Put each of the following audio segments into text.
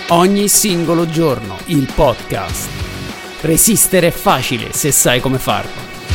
Ogni singolo giorno, il podcast. Resistere è facile se sai come farlo.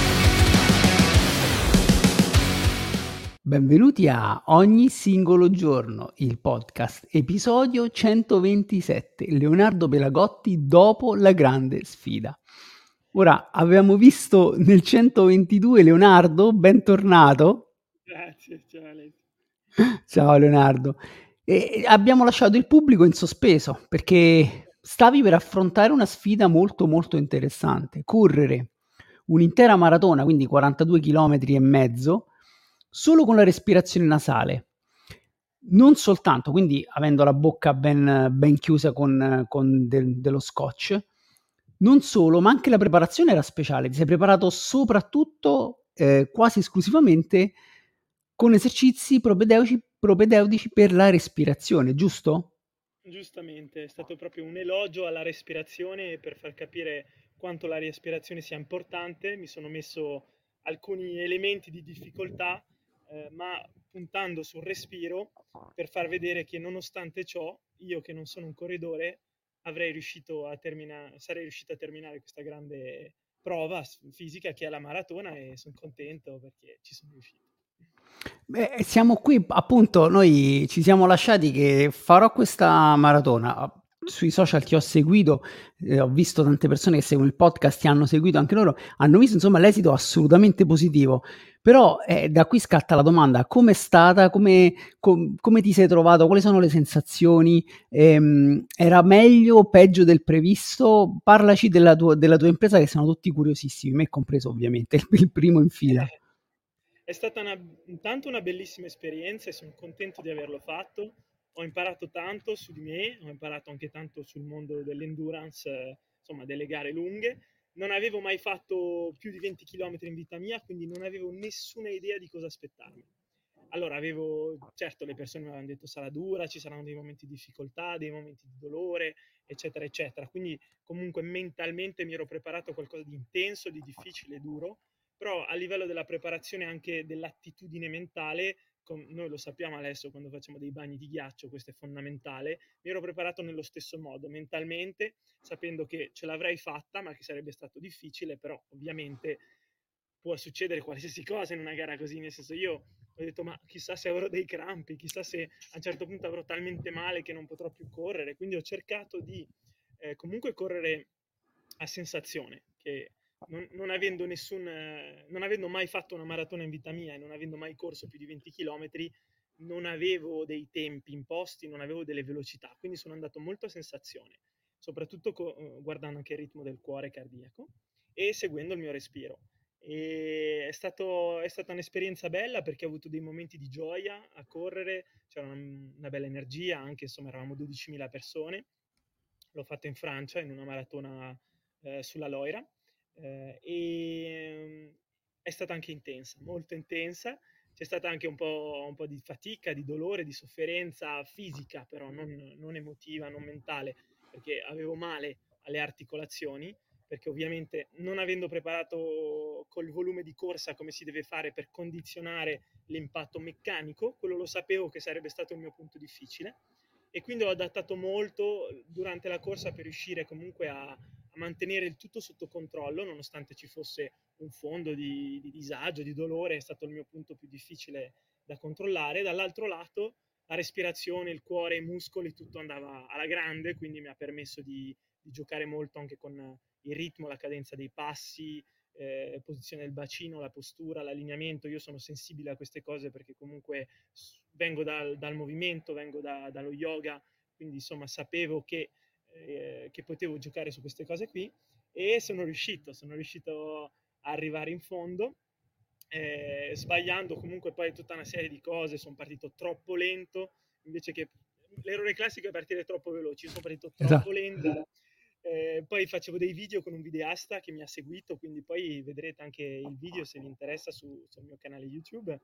Benvenuti a Ogni singolo giorno, il podcast, episodio 127, Leonardo Pelagotti dopo la grande sfida. Ora, avevamo visto nel 122 Leonardo, bentornato. Grazie, ciao Alessio. Ciao Leonardo. E abbiamo lasciato il pubblico in sospeso perché stavi per affrontare una sfida molto molto interessante, correre un'intera maratona, quindi 42 chilometri e mezzo, solo con la respirazione nasale. Non soltanto, quindi avendo la bocca ben chiusa con dello scotch, non solo, ma anche la preparazione era speciale. Ti sei preparato soprattutto, quasi esclusivamente con esercizi propedeutici per la respirazione, giusto? Giustamente, è stato proprio un elogio alla respirazione per far capire quanto la respirazione sia importante. Mi sono messo alcuni elementi di difficoltà, ma puntando sul respiro per far vedere che nonostante ciò, io che non sono un corridore, sarei riuscito a terminare questa grande prova fisica che è la maratona e sono contento perché ci sono riuscito. Beh, siamo qui, appunto, noi ci siamo lasciati che farò questa maratona. Sui social ti ho seguito, ho visto tante persone che seguono il podcast, ti hanno seguito anche loro, hanno visto insomma l'esito assolutamente positivo. Però da qui scatta la domanda: com'è stata? Come ti sei trovato? Quali sono le sensazioni? Era meglio o peggio del previsto? Parlaci della tua impresa, che sono tutti curiosissimi, me compreso ovviamente, il primo in fila. È stata intanto una bellissima esperienza e sono contento di averlo fatto. Ho imparato tanto su di me, ho imparato anche tanto sul mondo dell'endurance, insomma, delle gare lunghe. Non avevo mai fatto più di 20 km in vita mia, quindi non avevo nessuna idea di cosa aspettarmi. Allora, certo, le persone mi avevano detto sarà dura, ci saranno dei momenti di difficoltà, dei momenti di dolore, eccetera, eccetera. Quindi comunque mentalmente mi ero preparato a qualcosa di intenso, di difficile, duro, però a livello della preparazione anche dell'attitudine mentale, noi lo sappiamo adesso quando facciamo dei bagni di ghiaccio, questo è fondamentale, mi ero preparato nello stesso modo, mentalmente, sapendo che ce l'avrei fatta, ma che sarebbe stato difficile, però ovviamente può succedere qualsiasi cosa in una gara così, nel senso io ho detto ma chissà se avrò dei crampi, chissà se a un certo punto avrò talmente male che non potrò più correre, quindi ho cercato di comunque correre a sensazione, che non avendo mai fatto una maratona in vita mia e non avendo mai corso più di 20 km, non avevo dei tempi imposti, non avevo delle velocità, quindi sono andato molto a sensazione, soprattutto guardando anche il ritmo del cuore cardiaco e seguendo il mio respiro. E è stata un'esperienza bella perché ho avuto dei momenti di gioia a correre, c'era una bella energia, anche insomma eravamo 12.000 persone. L'ho fatto in Francia in una maratona sulla Loira e è stata anche intensa, molto intensa. C'è stata anche un po' di fatica, di dolore, di sofferenza fisica, però non emotiva, non mentale, perché avevo male alle articolazioni, perché ovviamente non avendo preparato col volume di corsa come si deve fare per condizionare l'impatto meccanico, quello lo sapevo che sarebbe stato il mio punto difficile e quindi ho adattato molto durante la corsa per riuscire comunque a mantenere il tutto sotto controllo, nonostante ci fosse un fondo di disagio, di dolore, è stato il mio punto più difficile da controllare. Dall'altro lato la respirazione, il cuore, i muscoli, tutto andava alla grande, quindi mi ha permesso di giocare molto anche con il ritmo, la cadenza dei passi, posizione del bacino, la postura, l'allineamento. Io sono sensibile a queste cose perché comunque vengo dal movimento, vengo dallo yoga, quindi insomma sapevo che potevo giocare su queste cose qui e sono riuscito a arrivare in fondo, sbagliando comunque poi tutta una serie di cose, sono partito troppo lento, invece che l'errore classico è partire troppo veloci, sono partito troppo Esatto. lento. Poi facevo dei video con un videasta che mi ha seguito, quindi poi vedrete anche il video se vi interessa sul mio canale YouTube.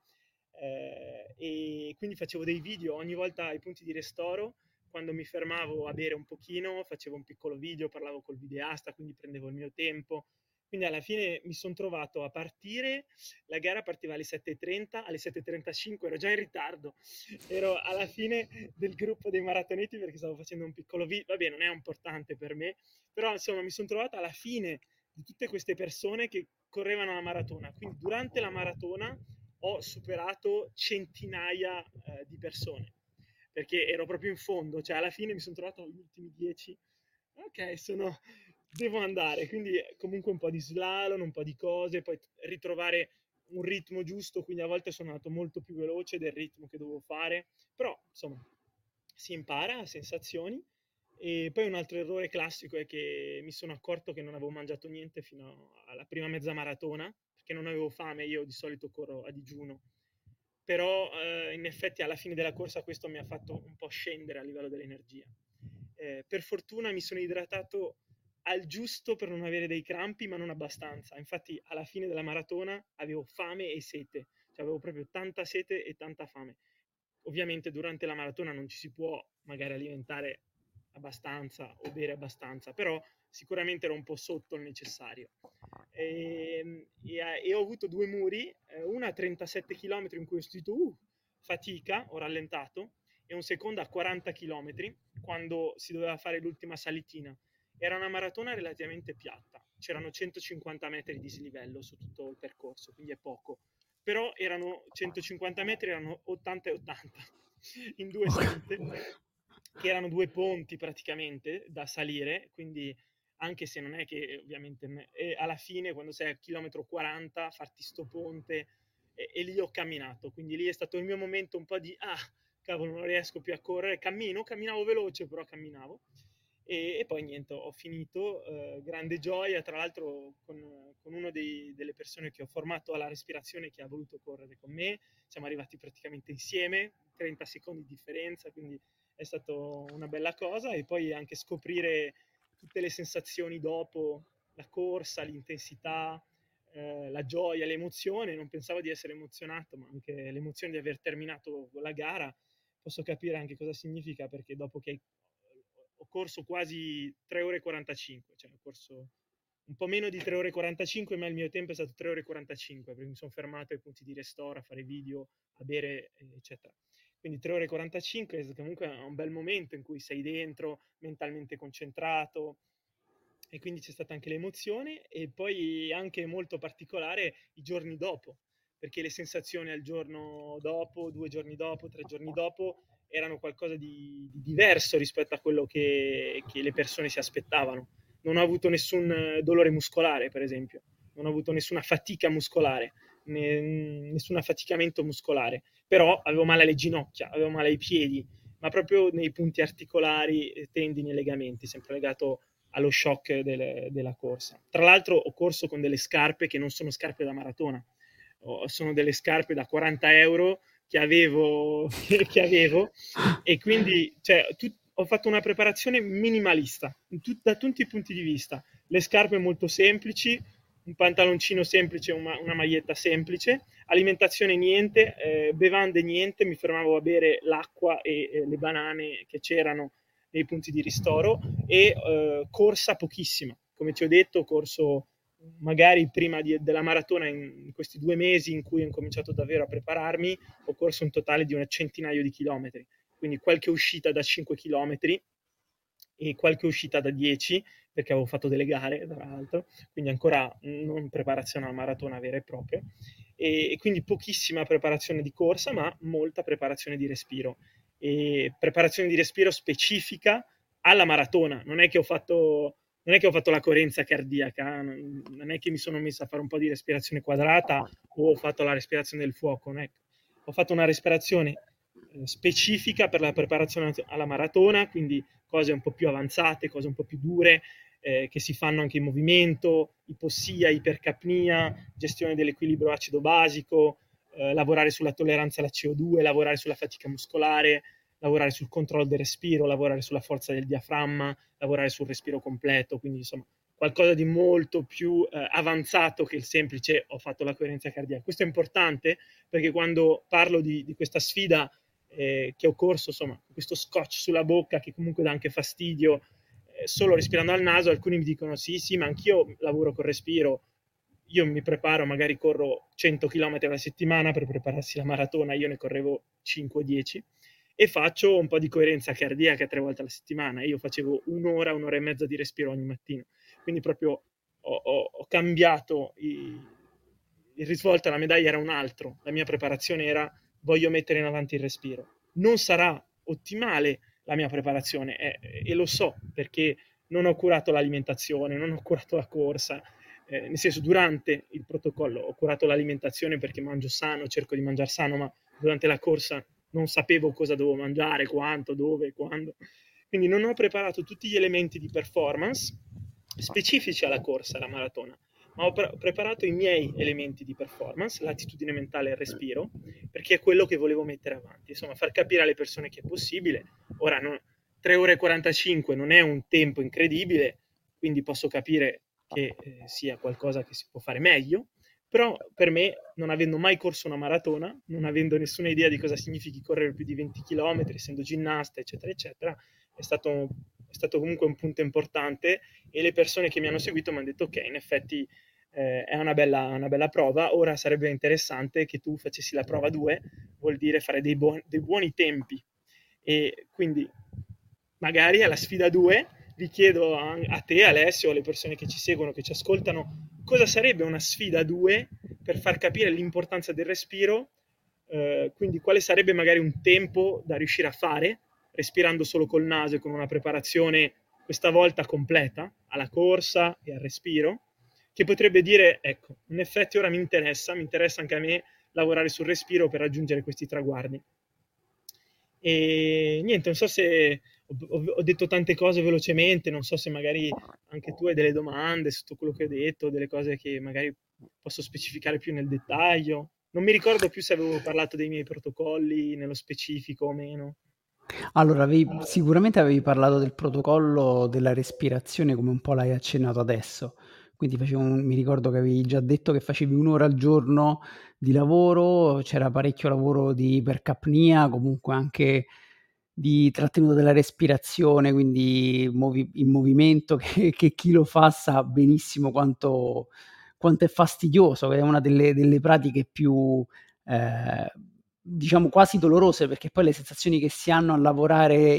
E quindi facevo dei video ogni volta ai punti di ristoro, quando mi fermavo a bere un pochino, facevo un piccolo video, parlavo col videasta, quindi prendevo il mio tempo, Quindi alla fine mi sono trovato a partire, la gara partiva alle 7:30, alle 7:35 ero già in ritardo, ero alla fine del gruppo dei maratoneti perché stavo facendo un piccolo video, vabbè non è importante per me, però insomma mi sono trovato alla fine di tutte queste persone che correvano la maratona, quindi durante la maratona ho superato centinaia di persone, perché ero proprio in fondo, cioè alla fine mi sono trovato agli ultimi 10, ok, devo andare, quindi comunque un po' di slalom, un po' di cose, poi ritrovare un ritmo giusto, quindi a volte sono andato molto più veloce del ritmo che dovevo fare, però insomma si impara a sensazioni. E poi un altro errore classico è che mi sono accorto che non avevo mangiato niente fino alla prima mezza maratona, perché non avevo fame, io di solito corro a digiuno, però in effetti alla fine della corsa questo mi ha fatto un po' scendere a livello dell'energia. Per fortuna mi sono idratato al giusto per non avere dei crampi, ma non abbastanza. Infatti alla fine della maratona avevo fame e sete, cioè avevo proprio tanta sete e tanta fame. Ovviamente durante la maratona non ci si può magari alimentare abbastanza o bere abbastanza, però sicuramente ero un po' sotto il necessario. E ho avuto due muri, una a 37 km in cui ho sentito fatica, ho rallentato, e un secondo a 40 km quando si doveva fare l'ultima salitina. Era una maratona relativamente piatta, c'erano 150 metri di dislivello su tutto il percorso, quindi è poco, però erano 150 metri, erano 80 e 80 in due salite, che erano due ponti praticamente da salire, quindi anche se non è che ovviamente alla fine quando sei a chilometro 40 farti sto ponte e lì ho camminato, quindi lì è stato il mio momento un po' di cavolo non riesco più a correre, camminavo veloce però camminavo e poi niente, ho finito, grande gioia, tra l'altro con uno delle persone che ho formato alla respirazione che ha voluto correre con me, siamo arrivati praticamente insieme, 30 secondi di differenza, quindi è stata una bella cosa e poi anche scoprire tutte le sensazioni dopo la corsa, l'intensità, la gioia, l'emozione, non pensavo di essere emozionato, ma anche l'emozione di aver terminato la gara, posso capire anche cosa significa perché dopo che ho corso quasi 3 ore e 45, cioè ho corso un po' meno di 3 ore e 45, ma il mio tempo è stato 3 ore e 45, perché mi sono fermato ai punti di ristoro, a fare video, a bere, eccetera. Quindi 3 ore e 45 è comunque un bel momento in cui sei dentro, mentalmente concentrato, e quindi c'è stata anche l'emozione e poi anche molto particolare i giorni dopo, perché le sensazioni al giorno dopo, 2 giorni dopo, 3 giorni dopo erano qualcosa di diverso rispetto a quello che le persone si aspettavano. Non ho avuto nessun dolore muscolare, per esempio, non ho avuto nessuna fatica muscolare, nessun affaticamento muscolare, però avevo male alle ginocchia, avevo male ai piedi, ma proprio nei punti articolari, tendini e legamenti, sempre legato allo shock della corsa. Tra l'altro ho corso con delle scarpe che non sono scarpe da maratona, sono delle scarpe da 40 euro che avevo e quindi cioè, ho fatto una preparazione minimalista da tutti i punti di vista. Le scarpe molto semplici, un pantaloncino semplice, una maglietta semplice, alimentazione niente, bevande niente, mi fermavo a bere l'acqua e le banane che c'erano nei punti di ristoro e corsa pochissima. Come ti ho detto, ho corso magari prima della maratona in questi 2 mesi in cui ho cominciato davvero a prepararmi, ho corso un totale di un centinaio di chilometri, quindi qualche uscita da 5 chilometri e qualche uscita da 10 perché avevo fatto delle gare tra l'altro, quindi ancora non preparazione alla maratona vera e propria e quindi pochissima preparazione di corsa ma molta preparazione di respiro e preparazione di respiro specifica alla maratona, non è che ho fatto la coerenza cardiaca, non è che mi sono messo a fare un po' di respirazione quadrata o ho fatto la respirazione del fuoco, non è. Ho fatto una respirazione specifica per la preparazione alla maratona, quindi cose un po' più avanzate, cose un po' più dure, che si fanno anche in movimento, ipossia, ipercapnia, gestione dell'equilibrio acido-basico, lavorare sulla tolleranza alla CO2, lavorare sulla fatica muscolare, lavorare sul controllo del respiro, lavorare sulla forza del diaframma, lavorare sul respiro completo, quindi insomma qualcosa di molto più avanzato che il semplice ho fatto la coerenza cardiaca. Questo è importante perché quando parlo di questa sfida che ho corso, insomma, questo scotch sulla bocca che comunque dà anche fastidio, solo respirando al naso. Alcuni mi dicono sì, sì, ma anch'io lavoro col respiro. Io mi preparo, magari corro 100 km alla settimana per prepararsi la maratona, io ne correvo 5-10 e faccio un po' di coerenza cardiaca 3 volte alla settimana. Io facevo un'ora e mezza di respiro ogni mattino, quindi proprio ho cambiato il risvolto, la medaglia era un altro. La mia preparazione era: voglio mettere in avanti il respiro. Non sarà ottimale la mia preparazione e lo so, perché non ho curato l'alimentazione, non ho curato la corsa, nel senso, durante il protocollo ho curato l'alimentazione perché mangio sano, cerco di mangiare sano, ma durante la corsa non sapevo cosa dovevo mangiare, quanto, dove, quando. Quindi non ho preparato tutti gli elementi di performance specifici alla corsa, alla maratona, ma ho preparato i miei elementi di performance, l'attitudine mentale e il respiro, perché è quello che volevo mettere avanti. Insomma, far capire alle persone che è possibile. Ora, 3 ore e 45 non è un tempo incredibile, quindi posso capire che sia qualcosa che si può fare meglio, però per me, non avendo mai corso una maratona, non avendo nessuna idea di cosa significhi correre più di 20 km, essendo ginnasta, eccetera, eccetera, è stato comunque un punto importante, e le persone che mi hanno seguito mi hanno detto: ok, in effetti è una bella prova, ora sarebbe interessante che tu facessi la prova 2, vuol dire fare dei buoni tempi, e quindi magari alla sfida 2 vi chiedo a te, Alessio, alle persone che ci seguono, che ci ascoltano, cosa sarebbe una sfida 2 per far capire l'importanza del respiro, quindi quale sarebbe magari un tempo da riuscire a fare respirando solo col naso e con una preparazione questa volta completa alla corsa e al respiro, che potrebbe dire: ecco, in effetti ora mi interessa anche a me lavorare sul respiro per raggiungere questi traguardi. E niente, non so se ho detto tante cose velocemente, non so se magari anche tu hai delle domande su tutto quello che ho detto, delle cose che magari posso specificare più nel dettaglio. Non mi ricordo più se avevo parlato dei miei protocolli nello specifico o meno. Allora, sicuramente avevi parlato del protocollo della respirazione come un po' l'hai accennato adesso. Quindi mi ricordo che avevi già detto che facevi 1 ora al giorno di lavoro, c'era parecchio lavoro di ipercapnia, comunque anche di trattenuto della respirazione, quindi in movimento che chi lo fa sa benissimo quanto è fastidioso, che è una delle pratiche più, ehm, diciamo quasi dolorose, perché poi le sensazioni che si hanno a lavorare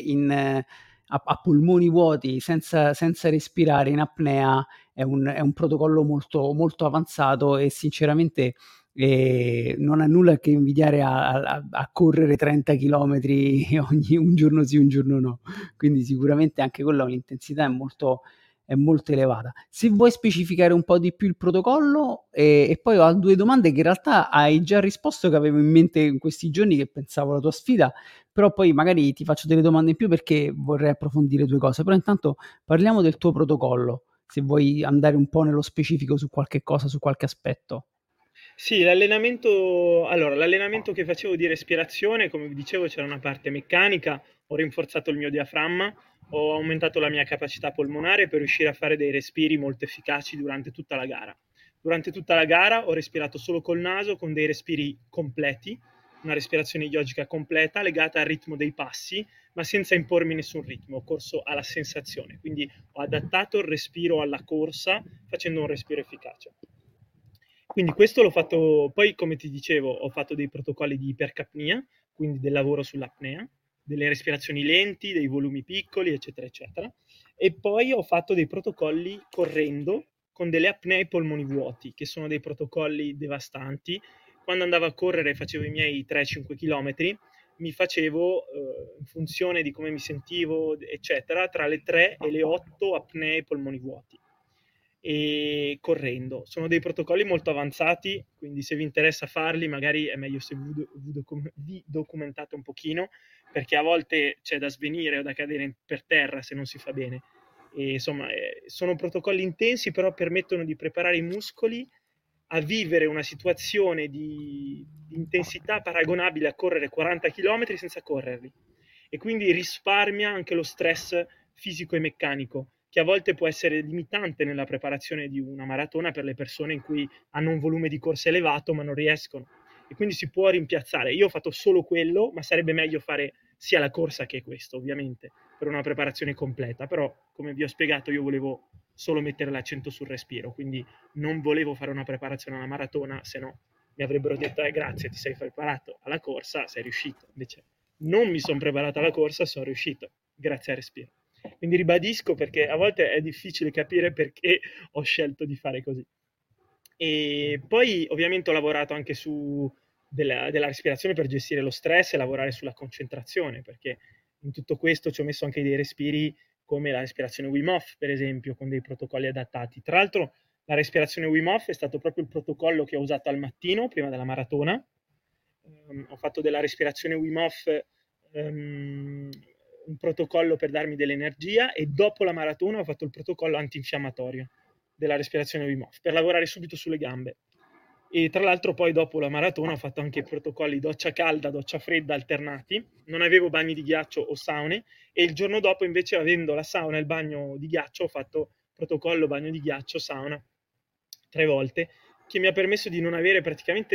a polmoni vuoti senza respirare in apnea è un protocollo molto, molto avanzato e sinceramente, non ha nulla a che invidiare a correre 30 chilometri ogni un giorno sì, un giorno no. Quindi sicuramente anche quella l'intensità è molto elevata. Se vuoi specificare un po' di più il protocollo, e poi ho 2 domande che in realtà hai già risposto, che avevo in mente in questi giorni, che pensavo alla tua sfida, però poi magari ti faccio delle domande in più perché vorrei approfondire 2 cose. Però intanto parliamo del tuo protocollo, se vuoi andare un po' nello specifico su qualche cosa, su qualche aspetto. Sì, l'allenamento che facevo di respirazione, come vi dicevo, c'era una parte meccanica, ho rinforzato il mio diaframma, ho aumentato la mia capacità polmonare per riuscire a fare dei respiri molto efficaci durante tutta la gara. Durante tutta la gara ho respirato solo col naso, con dei respiri completi, una respirazione yogica completa legata al ritmo dei passi, ma senza impormi nessun ritmo, ho corso alla sensazione, quindi ho adattato il respiro alla corsa facendo un respiro efficace. Quindi questo l'ho fatto, poi come ti dicevo ho fatto dei protocolli di ipercapnia, quindi del lavoro sull'apnea, delle respirazioni lenti, dei volumi piccoli, eccetera, eccetera. E poi ho fatto dei protocolli correndo con delle apnee ai polmoni vuoti, che sono dei protocolli devastanti. Quando andavo a correre e facevo i miei 3-5 km, mi facevo, in funzione di come mi sentivo, eccetera, tra le 3 e le 8 apnee ai polmoni vuoti, e correndo. Sono dei protocolli molto avanzati, quindi se vi interessa farli, magari è meglio se vi documentate un pochino, perché a volte c'è da svenire o da cadere per terra se non si fa bene. E, insomma, sono protocolli intensi, però permettono di preparare i muscoli a vivere una situazione di intensità paragonabile a correre 40 km senza correrli, e quindi risparmia anche lo stress fisico e meccanico, che a volte può essere limitante nella preparazione di una maratona per le persone in cui hanno un volume di corsa elevato ma non riescono, e quindi si può rimpiazzare. Io ho fatto solo quello, ma sarebbe meglio fare sia la corsa che questo, ovviamente, per una preparazione completa, però come vi ho spiegato io volevo solo mettere l'accento sul respiro, quindi non volevo fare una preparazione alla maratona, se no mi avrebbero detto grazie, ti sei preparato alla corsa, sei riuscito. Invece non mi sono preparato alla corsa, sono riuscito, grazie al respiro. Quindi ribadisco perché a volte è difficile capire perché ho scelto di fare così. E poi ovviamente ho lavorato anche su della respirazione per gestire lo stress e lavorare sulla concentrazione, perché in tutto questo ci ho messo anche dei respiri come la respirazione Wim Hof, per esempio, con dei protocolli adattati. Tra l'altro la respirazione Wim Hof è stato proprio il protocollo che ho usato al mattino, prima della maratona. Ho fatto della respirazione Wim Hof un protocollo per darmi dell'energia e dopo la maratona ho fatto il protocollo antinfiammatorio della respirazione Wim Hof per lavorare subito sulle gambe. E tra l'altro poi dopo la maratona ho fatto anche i protocolli doccia calda, doccia fredda alternati, non avevo bagni di ghiaccio o saune e il giorno dopo invece avendo la sauna e il bagno di ghiaccio ho fatto protocollo bagno di ghiaccio, sauna 3 volte, che mi ha permesso di non avere praticamente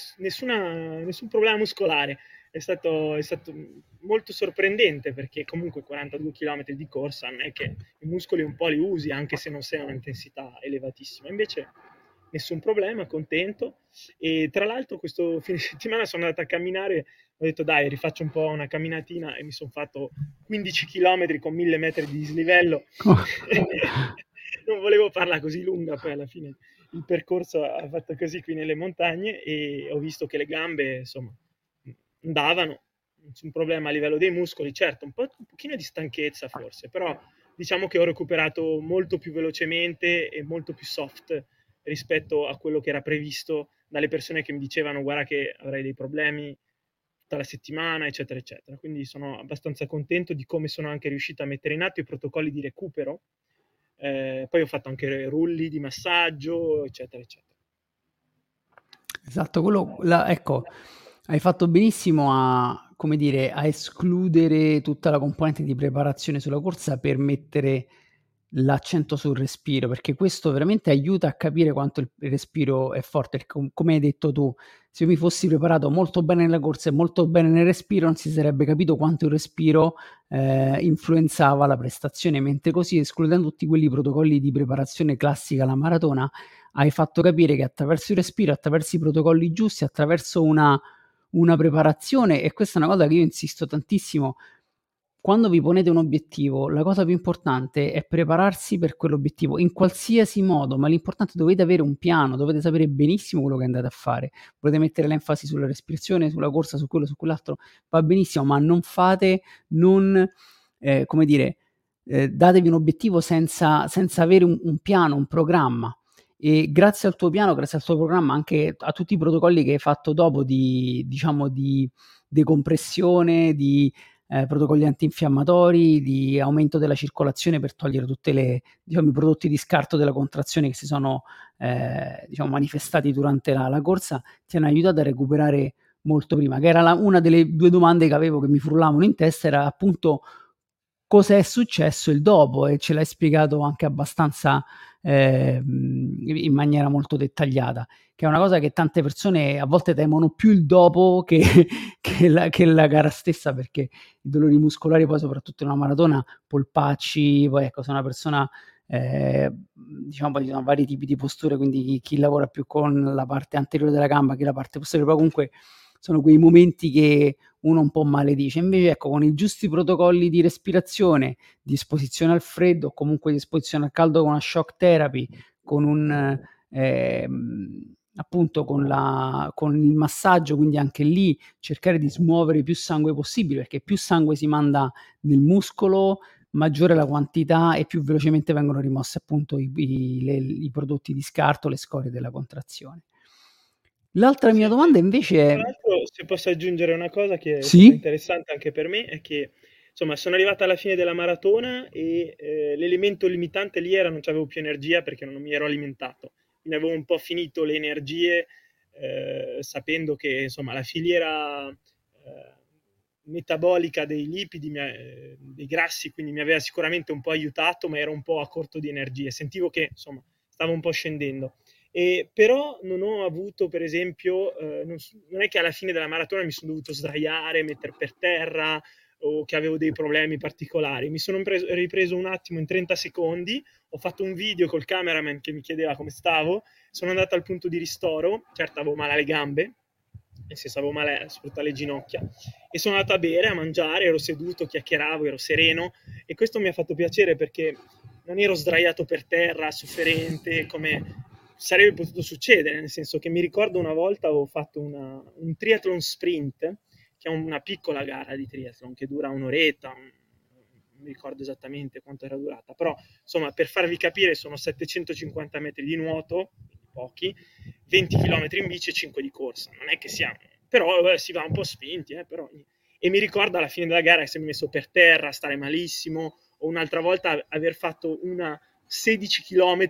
nessun problema muscolare. È stato molto sorprendente perché comunque 42 km di corsa non è che i muscoli un po' li usi anche se non sei a un'intensità elevatissima. Invece nessun problema, contento. E tra l'altro questo fine settimana sono andato a camminare, ho detto dai rifaccio un po' una camminatina e mi sono fatto 15 km con 1000 metri di dislivello. Non volevo farla così lunga, poi alla fine il percorso ha fatto così qui nelle montagne e ho visto che le gambe insomma andavano, nessun problema a livello dei muscoli, certo un pochino di stanchezza forse, però diciamo che ho recuperato molto più velocemente e molto più soft rispetto a quello che era previsto dalle persone che mi dicevano guarda che avrai dei problemi tutta la settimana, eccetera, eccetera. Quindi sono abbastanza contento di come sono anche riuscito a mettere in atto i protocolli di recupero. Poi ho fatto anche rulli di massaggio, eccetera, eccetera. Esatto, ecco, hai fatto benissimo a, come dire, a escludere tutta la componente di preparazione sulla corsa per mettere l'accento sul respiro, perché questo veramente aiuta a capire quanto il respiro è forte. Come hai detto tu, se io mi fossi preparato molto bene nella corsa e molto bene nel respiro, non si sarebbe capito quanto il respiro influenzava la prestazione, mentre così, escludendo tutti quelli protocolli di preparazione classica alla maratona, hai fatto capire che attraverso il respiro, attraverso i protocolli giusti, attraverso una preparazione, e questa è una cosa che io insisto tantissimo, quando vi ponete un obiettivo, la cosa più importante è prepararsi per quell'obiettivo in qualsiasi modo, ma l'importante è dovete avere un piano, dovete sapere benissimo quello che andate a fare. Volete mettere l'enfasi sulla respirazione, sulla corsa, su quello, su quell'altro, va benissimo, ma non, come dire, datevi un obiettivo senza avere un piano, un programma. E grazie al tuo piano, grazie al tuo programma, anche a tutti i protocolli che hai fatto dopo diciamo, di decompressione, di protocolli antinfiammatori, di aumento della circolazione per togliere tutte le, diciamo, i prodotti di scarto della contrazione che si sono diciamo, manifestati durante la corsa, ti hanno aiutato a recuperare molto prima, che era una delle 2 domande che avevo che mi frullavano in testa, era appunto cos'è successo il dopo, e ce l'hai spiegato anche abbastanza in maniera molto dettagliata, che è una cosa che tante persone a volte temono più il dopo che che la gara stessa, perché i dolori muscolari poi soprattutto in una maratona, polpacci, poi ecco, se una persona diciamo, poi ci sono vari tipi di posture, quindi chi lavora più con la parte anteriore della gamba, chi la parte posteriore, però comunque sono quei momenti che uno un po' maledice. Invece ecco, con i giusti protocolli di respirazione, di esposizione al freddo o comunque di esposizione al caldo con una shock therapy, con un appunto con il massaggio, quindi anche lì cercare di smuovere più sangue possibile, perché più sangue si manda nel muscolo, maggiore la quantità e più velocemente vengono rimossi appunto i prodotti di scarto, le scorie della contrazione. L'altra mia Sì, domanda invece tra è l'altro, se posso aggiungere una cosa che è stata sì? interessante anche per me, è che insomma sono arrivata alla fine della maratona e l'elemento limitante lì era non avevo più energia perché non mi ero alimentato. Quindi avevo un po' finito le energie sapendo che insomma la filiera metabolica dei lipidi, dei grassi, quindi mi aveva sicuramente un po' aiutato, ma ero un po' a corto di energie. Sentivo che insomma stavo un po' scendendo. Però non ho avuto, per esempio, non è che alla fine della maratona mi sono dovuto sdraiare, mettere per terra, o che avevo dei problemi particolari. Mi sono ripreso un attimo in 30 secondi, ho fatto un video col cameraman che mi chiedeva come stavo, sono andato al punto di ristoro, certo avevo male alle gambe, nel senso avevo male soprattutto alle ginocchia, e sono andato a bere, a mangiare, ero seduto, chiacchieravo, ero sereno, e questo mi ha fatto piacere perché non ero sdraiato per terra, sofferente, come sarebbe potuto succedere, nel senso che mi ricordo una volta avevo fatto un triathlon sprint, che è una piccola gara di triathlon che dura un'oretta, non mi ricordo esattamente quanto era durata, però insomma per farvi capire sono 750 metri di nuoto, pochi, 20 km in bici e 5 di corsa, non è che siamo, però si va un po' spinti, però. E mi ricordo alla fine della gara essermi messo per terra, stare malissimo, o un'altra volta aver fatto una 16 km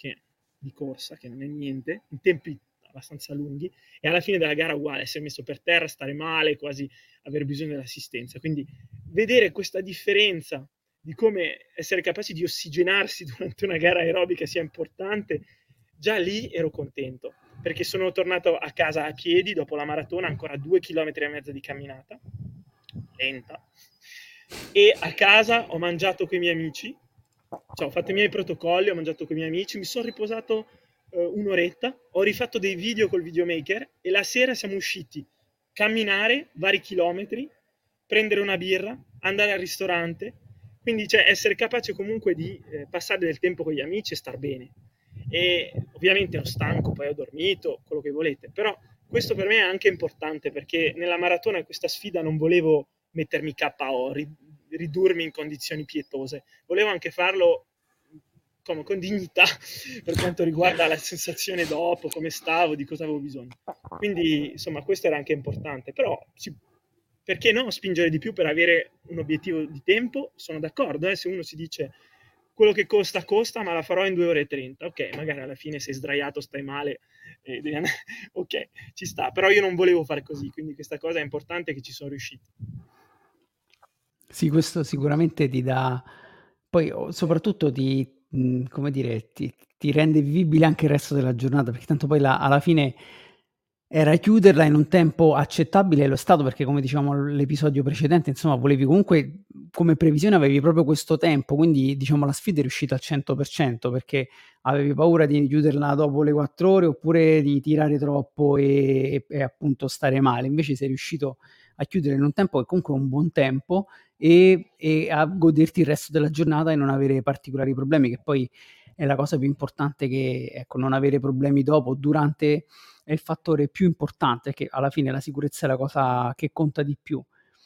di corsa, che non è niente, in tempi abbastanza lunghi, e alla fine della gara uguale, essere messo per terra, stare male, quasi aver bisogno dell'assistenza. Quindi vedere questa differenza di come essere capaci di ossigenarsi durante una gara aerobica sia importante, già lì ero contento, perché sono tornato a casa a piedi dopo la maratona, ancora 2,5 km di camminata, lenta, e a casa ho mangiato con i miei amici, cioè ho fatto i miei protocolli, ho mangiato con i miei amici, mi sono riposato un'oretta, ho rifatto dei video col videomaker e la sera siamo usciti camminare vari chilometri, prendere una birra, andare al ristorante, quindi cioè, essere capace comunque di passare del tempo con gli amici e star bene. E ovviamente ero stanco, poi ho dormito, quello che volete, però questo per me è anche importante perché nella maratona questa sfida non volevo mettermi KO, ridurmi in condizioni pietose, volevo anche farlo con dignità per quanto riguarda la sensazione dopo, come stavo, di cosa avevo bisogno. Quindi, insomma, questo era anche importante, però perché no spingere di più per avere un obiettivo di tempo? Sono d'accordo, se uno si dice quello che costa, costa, ma la farò in 2 ore e 30. Ok, magari alla fine sei sdraiato, stai male, ok, ci sta, però io non volevo fare così, quindi questa cosa è importante che ci sono riuscito. Sì, questo sicuramente ti dà poi soprattutto come dire, ti rende vivibile anche il resto della giornata, perché tanto poi alla fine era chiuderla in un tempo accettabile, e lo è stato perché come dicevamo l'episodio precedente, insomma volevi comunque come previsione avevi proprio questo tempo, quindi diciamo la sfida è riuscita al 100% perché avevi paura di chiuderla dopo le 4 ore oppure di tirare troppo e appunto stare male. Invece sei riuscito a chiudere in un tempo che comunque è un buon tempo e a goderti il resto della giornata e non avere particolari problemi, che poi è la cosa più importante, che ecco, non avere problemi dopo, durante è il fattore più importante, che alla fine la sicurezza è la cosa che conta di più.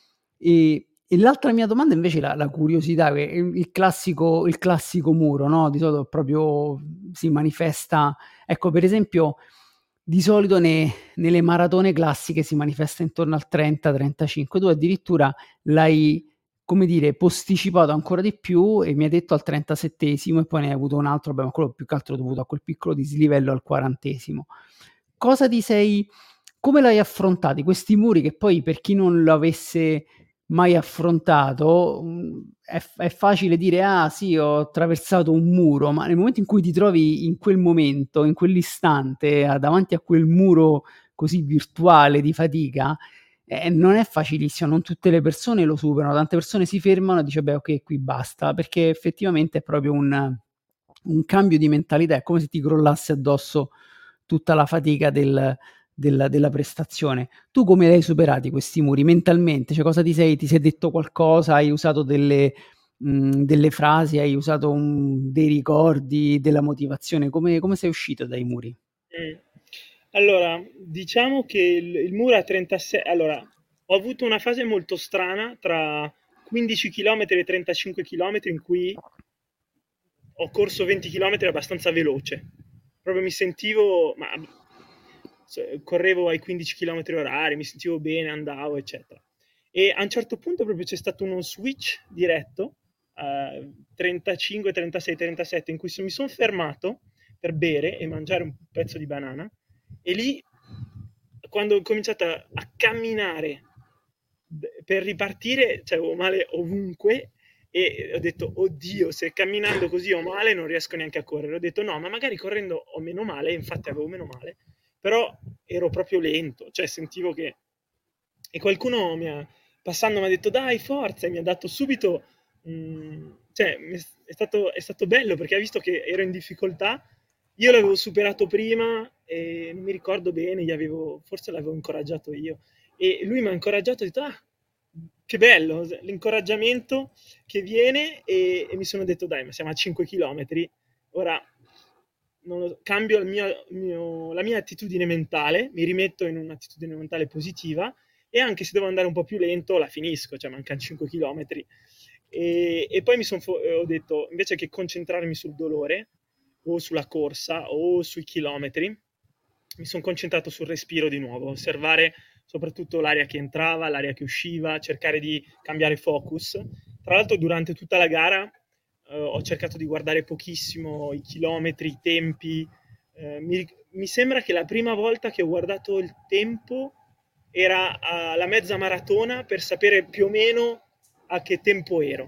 E l'altra mia domanda invece è la curiosità, che è il classico muro, no, di solito proprio si manifesta ecco, per esempio, di solito nelle maratone classiche si manifesta intorno al 30, 35, tu addirittura l'hai, come dire, posticipato ancora di più e mi hai detto al 37esimo e poi ne hai avuto un altro, vabbè, ma quello più che altro dovuto a quel piccolo dislivello al 40esimo. Cosa ti sei Come l'hai affrontati questi muri che poi per chi non l'avesse mai affrontato, è facile dire: "Ah sì, ho attraversato un muro", ma nel momento in cui ti trovi in quel momento, in quell'istante, davanti a quel muro così virtuale di fatica, non è facilissimo, non tutte le persone lo superano, tante persone si fermano e dice: "Beh, okay, qui basta", perché effettivamente è proprio un cambio di mentalità, è come se ti crollasse addosso tutta la fatica della prestazione. Tu come li hai superati questi muri mentalmente? Cioè cosa ti sei detto qualcosa, hai usato delle frasi, hai usato dei ricordi, della motivazione? Come sei uscito dai muri? Mm. Allora, diciamo che il muro a 36, allora, ho avuto una fase molto strana tra 15 km e 35 km in cui ho corso 20 km abbastanza veloce. Proprio mi sentivo, correvo ai 15 km orari, mi sentivo bene, andavo, eccetera. E a un certo punto proprio c'è stato uno switch diretto, 35, 36, 37, in cui mi sono fermato per bere e mangiare un pezzo di banana. E lì, quando ho cominciato a camminare per ripartire, cioè avevo male ovunque e ho detto, oddio, se camminando così ho male non riesco neanche a correre. Ho detto, no, ma magari correndo ho meno male, infatti avevo meno male, però ero proprio lento, cioè sentivo che... E qualcuno passando mi ha detto dai, forza, e mi ha dato subito, cioè è stato bello perché ha visto che ero in difficoltà, io l'avevo superato prima e non mi ricordo bene, forse l'avevo incoraggiato io e lui mi ha incoraggiato e ha detto ah, che bello, l'incoraggiamento che viene e mi sono detto dai, ma siamo a 5 km, ora cambio la mia attitudine mentale, mi rimetto in un'attitudine mentale positiva e anche se devo andare un po' più lento la finisco, cioè mancano 5 km. E poi ho detto, invece che concentrarmi sul dolore o sulla corsa o sui chilometri, mi sono concentrato sul respiro di nuovo, osservare soprattutto l'aria che entrava, l'aria che usciva, cercare di cambiare focus. Tra l'altro durante tutta la gara ho cercato di guardare pochissimo i chilometri, i tempi. Mi sembra che la prima volta che ho guardato il tempo era alla mezza maratona per sapere più o meno a che tempo ero.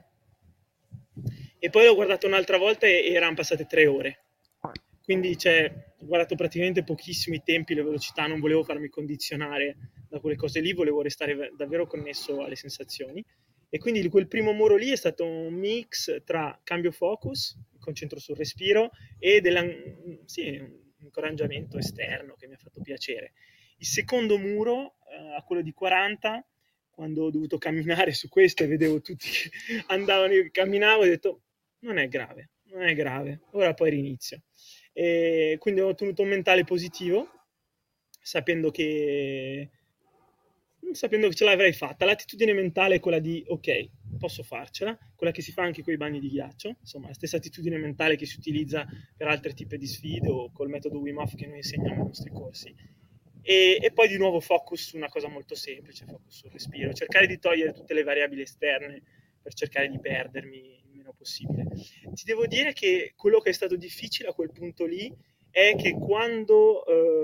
E poi l'ho guardato un'altra volta e erano passate 3 ore. Quindi cioè, ho guardato praticamente pochissimo i tempi, le velocità, non volevo farmi condizionare da quelle cose lì, volevo restare davvero connesso alle sensazioni. E quindi quel primo muro lì è stato un mix tra cambio focus, mi concentro sul respiro, e sì, un incoraggiamento esterno che mi ha fatto piacere. Il secondo muro, a quello di 40, quando ho dovuto camminare su questo e vedevo tutti che andavano, io camminavo e ho detto non è grave, non è grave, ora poi rinizio. E quindi ho tenuto un mentale positivo, sapendo che, sapendo che ce l'avrei fatta. L'attitudine mentale è quella di ok, posso farcela, quella che si fa anche con i bagni di ghiaccio, insomma la stessa attitudine mentale che si utilizza per altri tipi di sfide o col metodo Wim Hof che noi insegniamo nei nostri corsi. E poi di nuovo focus su una cosa molto semplice, focus sul respiro, cercare di togliere tutte le variabili esterne per cercare di perdermi il meno possibile. Ti devo dire che quello che è stato difficile a quel punto lì è che quando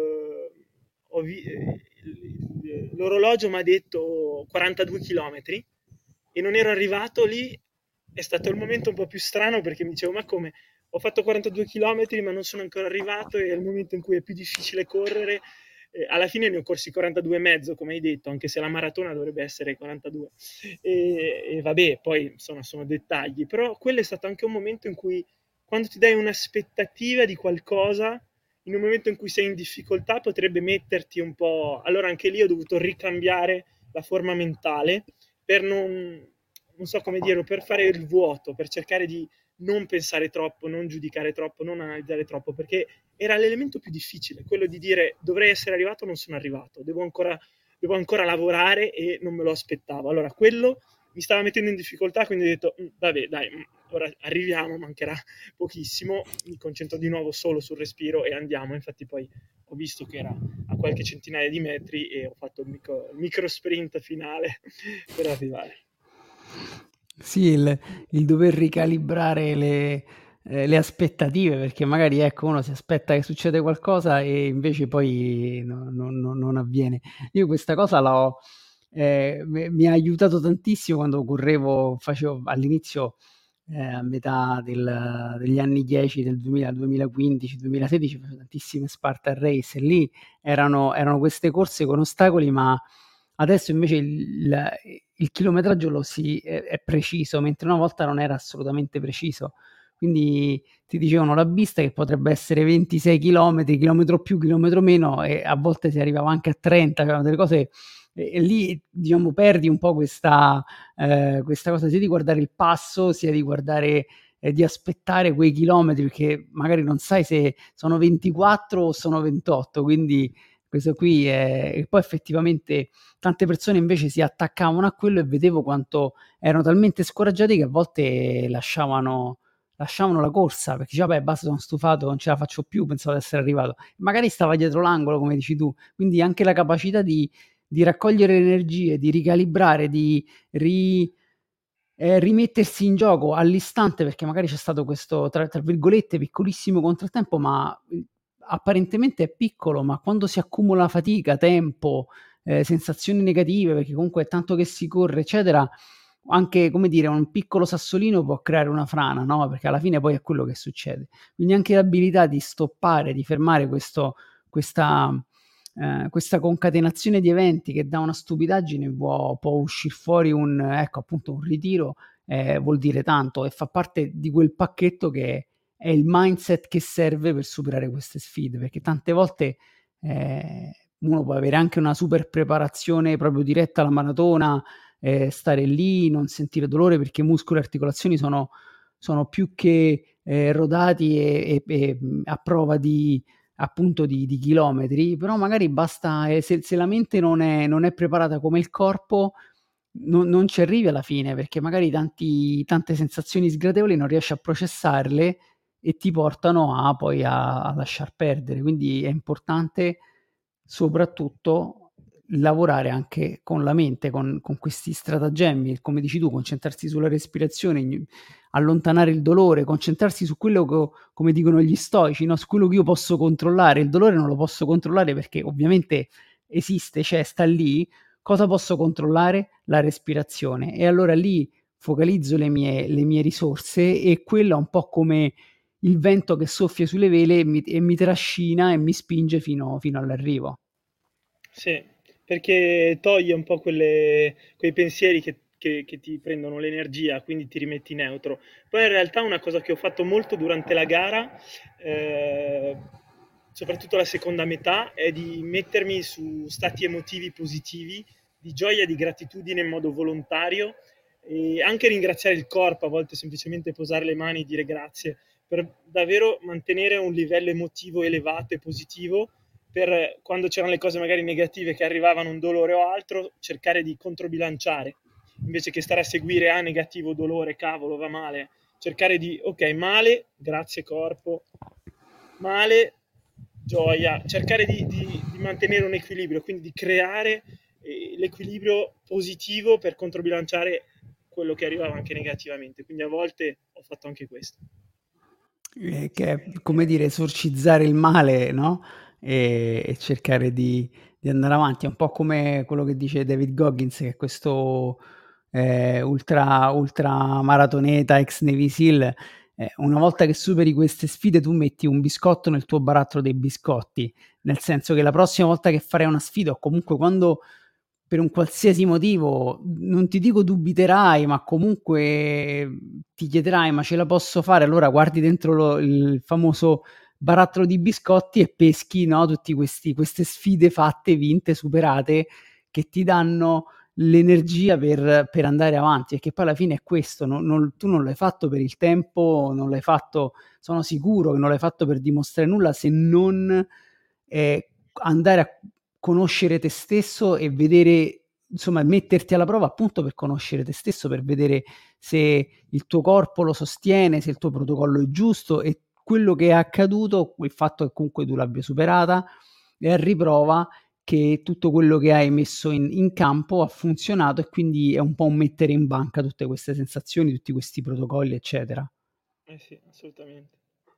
l'orologio mi ha detto 42 km e non ero arrivato lì, è stato il momento un po' più strano perché mi dicevo ma come? Ho fatto 42 km ma non sono ancora arrivato e è il momento in cui è più difficile correre. Alla fine ne ho corsi 42 e mezzo, come hai detto, anche se la maratona dovrebbe essere 42. E vabbè, poi sono dettagli, però quello è stato anche un momento in cui quando ti dai un'aspettativa di qualcosa, in un momento in cui sei in difficoltà potrebbe metterti un po'. Allora anche lì ho dovuto ricambiare la forma mentale per non so come dire, per fare il vuoto, per cercare di non pensare troppo, non giudicare troppo, non analizzare troppo, perché era l'elemento più difficile, quello di dire dovrei essere arrivato, non sono arrivato, devo ancora lavorare e non me lo aspettavo. Allora quello mi stava mettendo in difficoltà, quindi ho detto vabbè dai, ora arriviamo, mancherà pochissimo, mi concentro di nuovo solo sul respiro e andiamo. Infatti poi ho visto che era a qualche centinaia di metri e ho fatto il micro sprint finale per arrivare. Sì, il dover ricalibrare le aspettative, perché magari ecco, uno si aspetta che succede qualcosa e invece poi non avviene. Io questa cosa mi ha aiutato tantissimo quando correvo, facevo all'inizio a metà degli anni 10 del 2000, 2015, 2016, facevo tantissime Spartan Race e lì erano queste corse con ostacoli, ma adesso invece il chilometraggio è preciso, mentre una volta non era assolutamente preciso. Quindi ti dicevano la pista che potrebbe essere 26 chilometri, chilometro più, chilometro meno, e a volte si arrivava anche a 30, c'erano delle cose, e lì diciamo perdi un po' questa cosa sia di guardare il passo, sia di guardare, di aspettare quei chilometri, perché magari non sai se sono 24 o sono 28, quindi questo qui e poi effettivamente tante persone invece si attaccavano a quello e vedevo quanto erano talmente scoraggiati che a volte lasciavano la corsa perché dice vabbè basta, sono stufato, non ce la faccio più, pensavo di essere arrivato, magari stava dietro l'angolo come dici tu, quindi anche la capacità di raccogliere le energie, di ricalibrare, di rimettersi in gioco all'istante, perché magari c'è stato questo tra virgolette piccolissimo contrattempo, ma apparentemente è piccolo, ma quando si accumula fatica, tempo, sensazioni negative, perché comunque è tanto che si corre, eccetera, anche come dire, un piccolo sassolino può creare una frana, no? Perché alla fine poi è quello che succede. Quindi anche l'abilità di stoppare, di fermare questa questa concatenazione di eventi che da una stupidaggine può uscir fuori ecco, appunto un ritiro, vuol dire tanto e fa parte di quel pacchetto che è il mindset che serve per superare queste sfide, perché tante volte, ehm, uno può avere anche una super preparazione proprio diretta alla maratona, stare lì, non sentire dolore perché muscoli e articolazioni sono più che, rodati a prova di appunto di chilometri, però magari basta se la mente non è preparata come il corpo, non ci arrivi alla fine, perché magari tante sensazioni sgradevoli non riesci a processarle e ti portano poi a lasciar perdere. Quindi è importante soprattutto lavorare anche con la mente, con questi stratagemmi, come dici tu, concentrarsi sulla respirazione, allontanare il dolore, concentrarsi su quello come dicono gli stoici, no, su quello che io posso controllare. Il dolore non lo posso controllare perché ovviamente esiste, c'è, sta lì. Cosa posso controllare? La respirazione. E allora lì focalizzo le mie risorse e quello è un po' come il vento che soffia sulle vele e mi trascina e mi spinge fino all'arrivo. Sì, perché toglie un po' quei pensieri che ti prendono l'energia, quindi ti rimetti neutro. Poi in realtà una cosa che ho fatto molto durante la gara, eh, soprattutto la seconda metà, è di mettermi su stati emotivi positivi, di gioia, di gratitudine in modo volontario e anche ringraziare il corpo, a volte semplicemente posare le mani e dire grazie, per davvero mantenere un livello emotivo elevato e positivo per quando c'erano le cose magari negative che arrivavano, un dolore o altro, cercare di controbilanciare, invece che stare a seguire negativo, dolore, cavolo, va male, cercare di, ok, male, grazie corpo, male, gioia, cercare di mantenere un equilibrio, quindi di creare l'equilibrio positivo per controbilanciare quello che arrivava anche negativamente. Quindi a volte ho fatto anche questo. Che è, come dire, esorcizzare il male, no, e cercare di andare avanti. È un po' come quello che dice David Goggins, che è questo, ultramaratoneta, ex Navy SEAL. Una volta che superi queste sfide tu metti un biscotto nel tuo barattolo dei biscotti, nel senso che la prossima volta che farai una sfida o comunque quando per un qualsiasi motivo, non ti dico dubiterai, ma comunque ti chiederai: "Ma ce la posso fare?" Allora guardi dentro il famoso barattolo di biscotti e peschi, no, tutti queste sfide fatte, vinte, superate, che ti danno l'energia per andare avanti, e che poi alla fine è questo, tu non l'hai fatto per il tempo, non l'hai fatto, sono sicuro che non l'hai fatto per dimostrare nulla, se non, ehm, andare a conoscere te stesso e vedere, insomma, metterti alla prova appunto per conoscere te stesso, per vedere se il tuo corpo lo sostiene, se il tuo protocollo è giusto e quello che è accaduto, il fatto che comunque tu l'abbia superata, è a riprova che tutto quello che hai messo in campo ha funzionato, e quindi è un po' un mettere in banca tutte queste sensazioni, tutti questi protocolli, eccetera. Eh sì, assolutamente.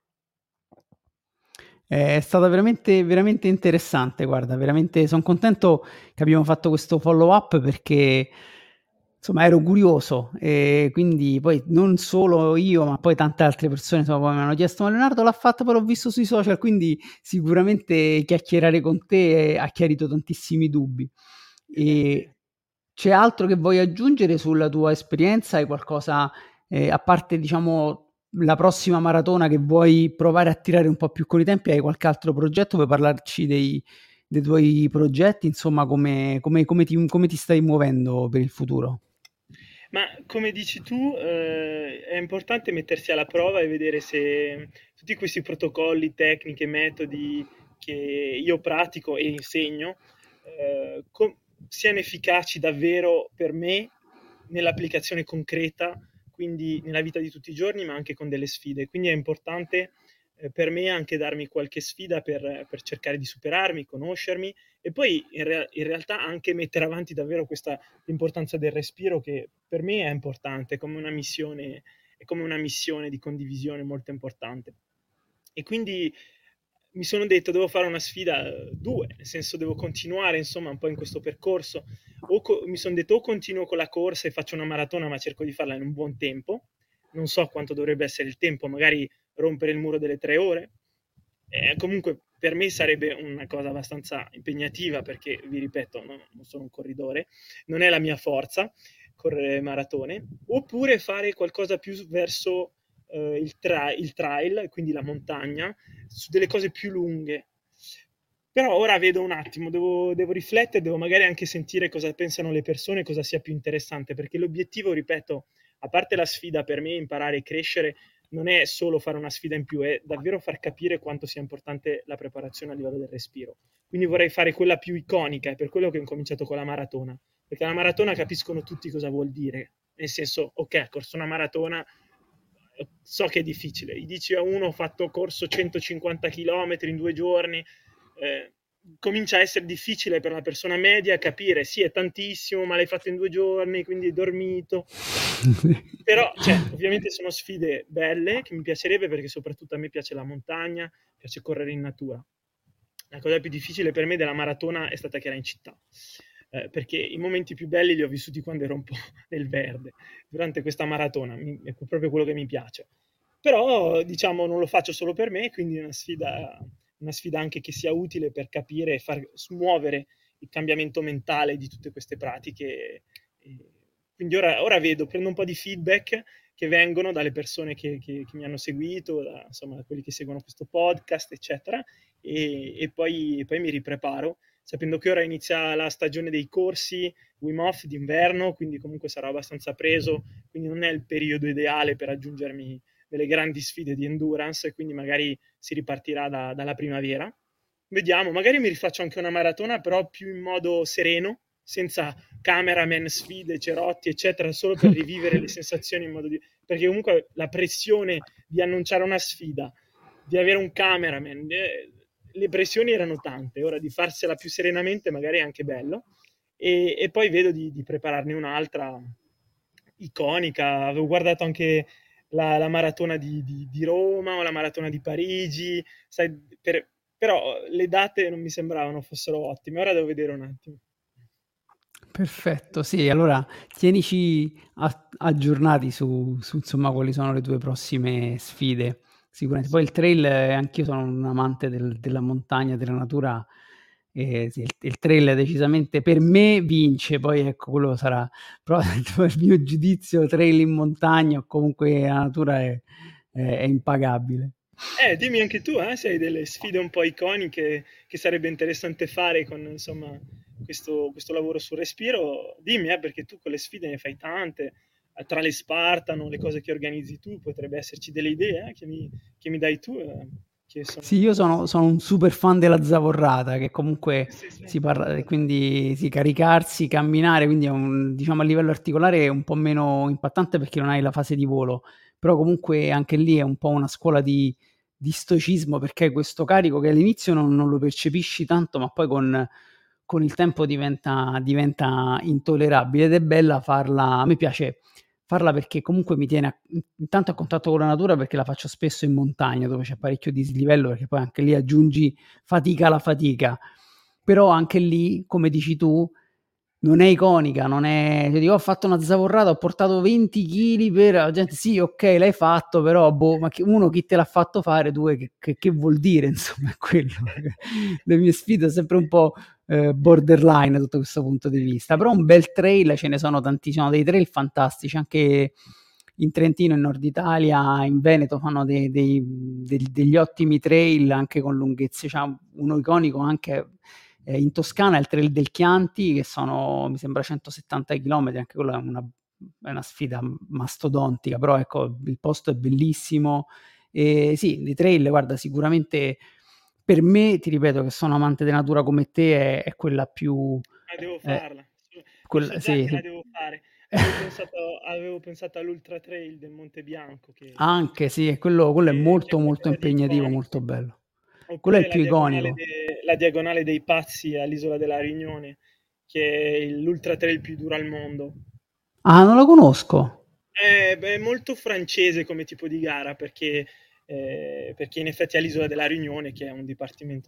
È stata veramente, veramente interessante, guarda, veramente son contento che abbiamo fatto questo follow up perché, insomma, ero curioso e quindi poi non solo io, ma poi tante altre persone, insomma, poi mi hanno chiesto: "Ma Leonardo l'ha fatta, poi l'ho visto sui social", quindi sicuramente chiacchierare con te ha chiarito tantissimi dubbi. Sì. E c'è altro che vuoi aggiungere sulla tua esperienza? Hai qualcosa, a parte diciamo la prossima maratona che vuoi provare a tirare un po' più con i tempi, hai qualche altro progetto? Vuoi parlarci dei tuoi progetti? Insomma, come ti stai muovendo per il futuro? Ma come dici tu, è importante mettersi alla prova e vedere se tutti questi protocolli, tecniche, metodi che io pratico e insegno, siano efficaci davvero per me nell'applicazione concreta, quindi nella vita di tutti i giorni, ma anche con delle sfide. Quindi è importante per me anche darmi qualche sfida per cercare di superarmi, conoscermi e poi in realtà anche mettere avanti davvero questa l'importanza del respiro che per me è importante, è come una missione di condivisione molto importante. E quindi mi sono detto devo fare una sfida due, nel senso devo continuare insomma un po' in questo percorso, mi sono detto o continuo con la corsa e faccio una maratona ma cerco di farla in un buon tempo, non so quanto dovrebbe essere il tempo, magari rompere il muro delle 3 ore, comunque per me sarebbe una cosa abbastanza impegnativa perché, vi ripeto, non sono un corridore, non è la mia forza correre maratone, oppure fare qualcosa più verso il trail, quindi la montagna, su delle cose più lunghe. Però ora vedo un attimo, devo riflettere, devo magari anche sentire cosa pensano le persone, cosa sia più interessante, perché l'obiettivo, ripeto, a parte la sfida per me, imparare e crescere, non è solo fare una sfida in più, è davvero far capire quanto sia importante la preparazione a livello del respiro. Quindi vorrei fare quella più iconica, è per quello che ho incominciato con la maratona, perché la maratona capiscono tutti cosa vuol dire, nel senso, ok, ho corso una maratona, so che è difficile, gli dici a uno ho fatto corso 150 km in 2 giorni, eh, comincia a essere difficile per la persona media capire, sì è tantissimo, ma l'hai fatto in 2 giorni, quindi hai dormito. Però, cioè, ovviamente sono sfide belle che mi piacerebbe perché soprattutto a me piace la montagna, piace correre in natura. La cosa più difficile per me della maratona è stata che era in città, perché i momenti più belli li ho vissuti quando ero un po' nel verde, durante questa maratona, è proprio quello che mi piace. Però, diciamo, non lo faccio solo per me, quindi è una sfida anche che sia utile per capire e far smuovere il cambiamento mentale di tutte queste pratiche. E quindi ora vedo, prendo un po' di feedback che vengono dalle persone che mi hanno seguito, insomma, da quelli che seguono questo podcast, eccetera, e poi mi ripreparo, sapendo che ora inizia la stagione dei corsi Wim Hof d'inverno, quindi comunque sarò abbastanza preso, quindi non è il periodo ideale per aggiungermi delle grandi sfide di endurance, quindi magari si ripartirà dalla primavera. Vediamo, magari mi rifaccio anche una maratona, però più in modo sereno, senza cameraman, sfide, cerotti, eccetera, solo per rivivere le sensazioni in modo di... perché comunque la pressione di annunciare una sfida, di avere un cameraman, le pressioni erano tante, ora di farsela più serenamente magari è anche bello. E poi vedo di prepararne un'altra iconica. Avevo guardato anche la maratona di Roma o la maratona di Parigi, sai, però le date non mi sembravano fossero ottime. Ora devo vedere un attimo. Perfetto, sì, allora tienici aggiornati su insomma quali sono le tue prossime sfide. Sicuramente. Poi Sì. il trail, anch'io sono un amante della montagna, della natura, sì, il trail decisamente per me vince, poi ecco quello sarà però il mio giudizio trail in montagna o comunque la natura è impagabile. Dimmi anche tu, se hai delle sfide un po' iconiche che sarebbe interessante fare con, insomma, questo lavoro sul respiro, dimmi, perché tu con le sfide ne fai tante, tra le Spartano, le cose che organizzi tu, potrebbe esserci delle idee, che mi dai tu, che Sì, sono... io sono un super fan della zavorrata, che comunque Sì, sì, si parla quindi sì, caricarsi, camminare, quindi è un diciamo a livello articolare è un po' meno impattante perché non hai la fase di volo, però comunque anche lì è un po' una scuola di stoicismo, perché questo carico che all'inizio non lo percepisci tanto, ma poi con il tempo diventa intollerabile ed è bella farla. A me piace farla perché comunque mi tiene intanto a contatto con la natura, perché la faccio spesso in montagna dove c'è parecchio dislivello, perché poi anche lì aggiungi fatica alla fatica. Però anche lì, come dici tu, non è iconica, non è cioè dico: "Ho fatto una zavorrata, ho portato 20 chili per" la gente: "Sì, okay, l'hai fatto, però boh, ma chi te l'ha fatto fare, 2 che vuol dire?" Insomma è quello. Le mie sfide sempre un po' borderline sotto questo punto di vista, però un bel trail ce ne sono tantissimi, dei trail fantastici, anche in Trentino, in Nord Italia, in Veneto fanno degli ottimi trail anche con lunghezze, c'è uno iconico anche in Toscana, il Trail del Chianti, che sono mi sembra 170 chilometri, anche quella è una sfida mastodontica, però ecco il posto è bellissimo. Sì, di trail guarda sicuramente per me, ti ripeto che sono amante della natura come te, è quella più Devo ehm, farla, lo so quella già sì, che la sì. devo fare. Avevo pensato all'Ultra Trail del Monte Bianco, Anche sì, e quello è che molto, è molto qualcosa di impegnativo, molto iconico. bello. Quello è Oppure il più iconico. la diagonale dei Pazzi all'Isola della Riunione, che è l'Ultra Trail più duro al mondo. Ah, non lo conosco. È molto francese come tipo di gara perché in effetti è l'Isola della Riunione, che è un dipartimento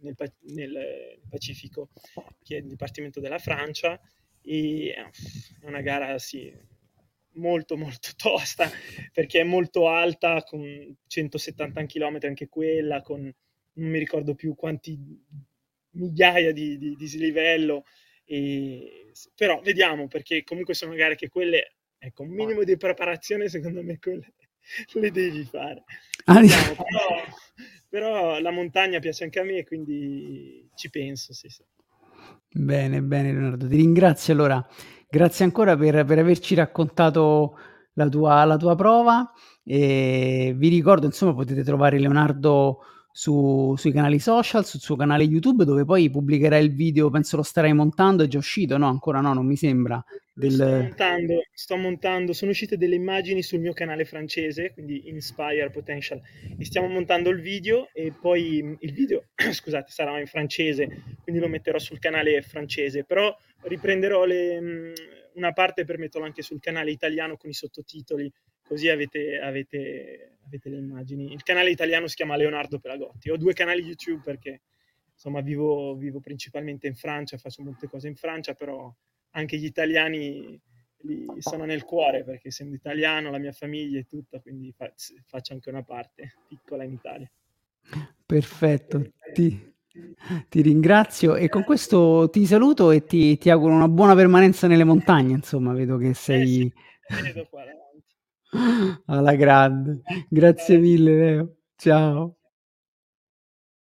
nel Pacifico, che è il dipartimento della Francia, e è una gara sì, molto molto tosta perché è molto alta, con 170 km anche quella, con non mi ricordo più quanti migliaia di dislivello, però vediamo, perché comunque sono gare che quelle, ecco, un minimo di preparazione secondo me quelle le devi fare. Ah, Vediamo, però la montagna piace anche a me, quindi ci penso, sì, sì. Bene, bene Leonardo, ti ringrazio allora. Grazie ancora per averci raccontato la tua prova, vi ricordo insomma potete trovare Leonardo sui canali social, sul suo canale YouTube, dove poi pubblicherai il video, penso lo starai montando, è già uscito, no? Ancora no, non mi sembra, Lo sto del montando, sono uscite delle immagini sul mio canale francese, quindi Inspire Potential, e stiamo montando il video e poi il video, scusate, sarà in francese, quindi lo metterò sul canale francese, però riprenderò una parte per metterlo anche sul canale italiano con i sottotitoli, così avete le immagini. Il canale italiano si chiama Leonardo Pelagotti. Ho due canali YouTube perché insomma vivo principalmente in Francia, faccio molte cose in Francia, però anche gli italiani li sono nel cuore perché essendo italiano, la mia famiglia è tutta, quindi faccio anche una parte piccola in Italia. Perfetto, ti ringrazio e con questo ti saluto e ti auguro una buona permanenza nelle montagne, insomma, vedo che Eh sì, sei vedo qua davanti. alla grande. Grazie Ciao. mille Leo. Ciao. Ciao.